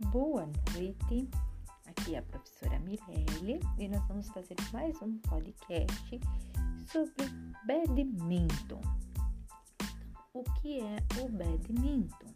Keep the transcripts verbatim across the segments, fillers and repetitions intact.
Boa noite, aqui é a professora Mirelle e nós vamos fazer mais um podcast sobre badminton. O que é o badminton?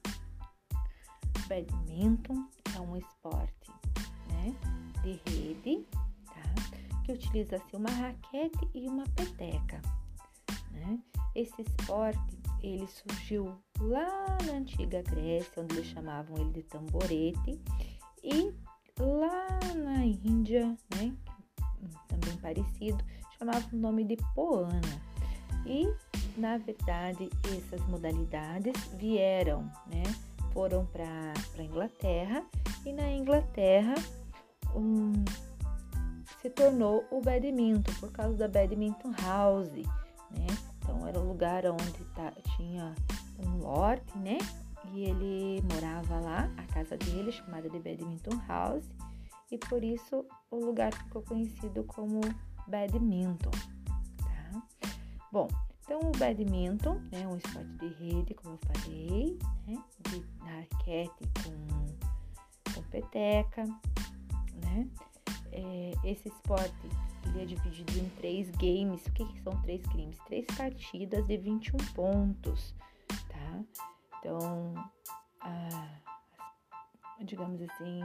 Badminton é um esporte, né, de rede, tá, que utiliza-se uma raquete e uma peteca, né? Esse esporte, ele surgiu lá na antiga Grécia, onde eles chamavam ele de tamborete, e lá na Índia, né, também parecido, chamavam o nome de poana. E, na verdade, essas modalidades vieram, né, foram para a Inglaterra, e na Inglaterra um, se tornou o badminton, por causa da Badminton House, né? Então, era um lugar onde tá, tinha um lord, né? E ele morava lá, a casa dele, chamada de Badminton House. E por isso, o lugar ficou conhecido como badminton, tá? Bom, então o badminton é, né, um esporte de rede, como eu falei, né? De raquete com, com peteca, né? É, esse esporte, ele é dividido em três games. O que, que são três games? Três partidas de vinte e um pontos, tá? Então, ah, digamos assim,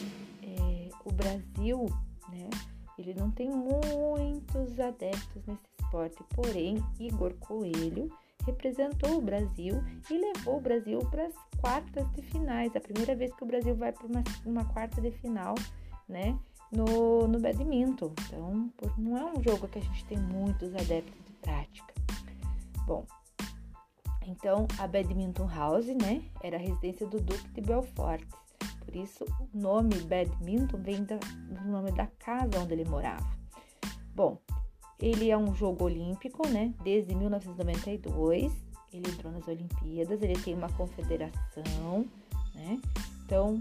é, o Brasil, né? Ele não tem muitos adeptos nesse esporte, porém, Igor Coelho representou o Brasil e levou o Brasil para as quartas de finais. A primeira vez que o Brasil vai para uma, uma quarta de final, né? No, no badminton. Então, não é um jogo que a gente tem muitos adeptos de prática. Bom, então a Badminton House, né, era a residência do Duque de Belfort. Por isso, o nome badminton vem da, do nome da casa onde ele morava. Bom, ele é um jogo olímpico, né, desde mil novecentos e noventa e dois. Ele entrou nas Olimpíadas, ele tem uma confederação, né? Então,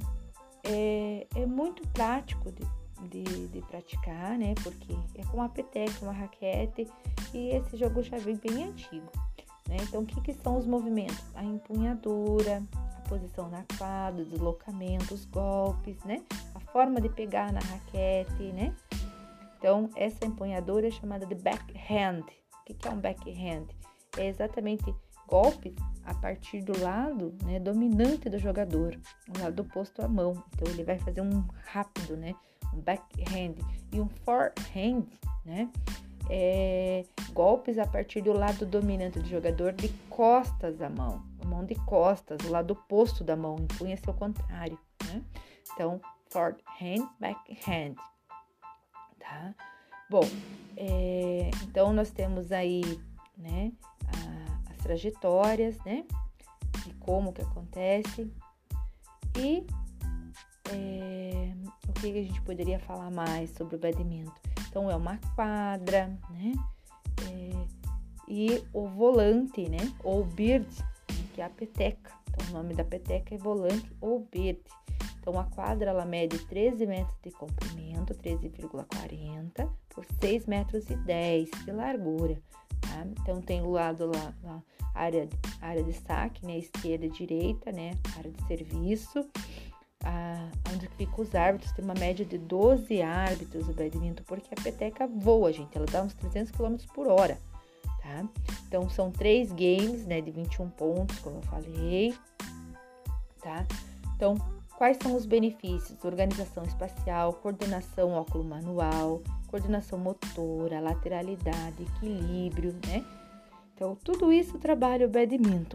é, é muito prático de De, de praticar, né? Porque é com uma peteca, uma raquete, e esse jogo já vem bem antigo, né? Então, o que, que são os movimentos? A empunhadura, a posição na quadra, o deslocamento, os golpes, né? A forma de pegar na raquete, né? Então, essa empunhadura é chamada de backhand. O que, que é um backhand? É exatamente golpes a partir do lado, né, dominante do jogador, o lado oposto à mão. Então, ele vai fazer um rápido, né? Um backhand e um forehand, né? É, golpes a partir do lado dominante do jogador, de costas à mão, a mão de costas, o lado oposto da mão, empunha-se ao contrário, né? Então, forehand, backhand, tá? Bom, é, então nós temos aí, né, a, as trajetórias, né, de como que acontece e É, o que a gente poderia falar mais sobre o badminton? Então, é uma quadra, né? É, e o volante, né? Ou bird, que é a peteca. Então, o nome da peteca é volante ou bird. Então, a quadra, ela mede treze metros de comprimento, treze vírgula quarenta por seis metros e dez de largura, tá? Então, tem o lado lá, lá área, área de saque, né? Esquerda e direita, né? Área de serviço. Ah, onde fica os árbitros, tem uma média de doze árbitros do badminton, porque a peteca voa, gente, ela dá uns trezentos quilômetros por hora, tá? Então, são três games, né, de vinte e um pontos, como eu falei, tá? Então, quais são os benefícios? Organização espacial, coordenação óculo manual, coordenação motora, lateralidade, equilíbrio, né? Então, tudo isso trabalha o badminton.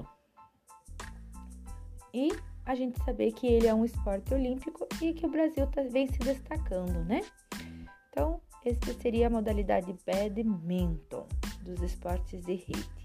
E a gente saber que ele é um esporte olímpico e que o Brasil tá, vem se destacando, né? Então, essa seria a modalidade badminton dos esportes de rede.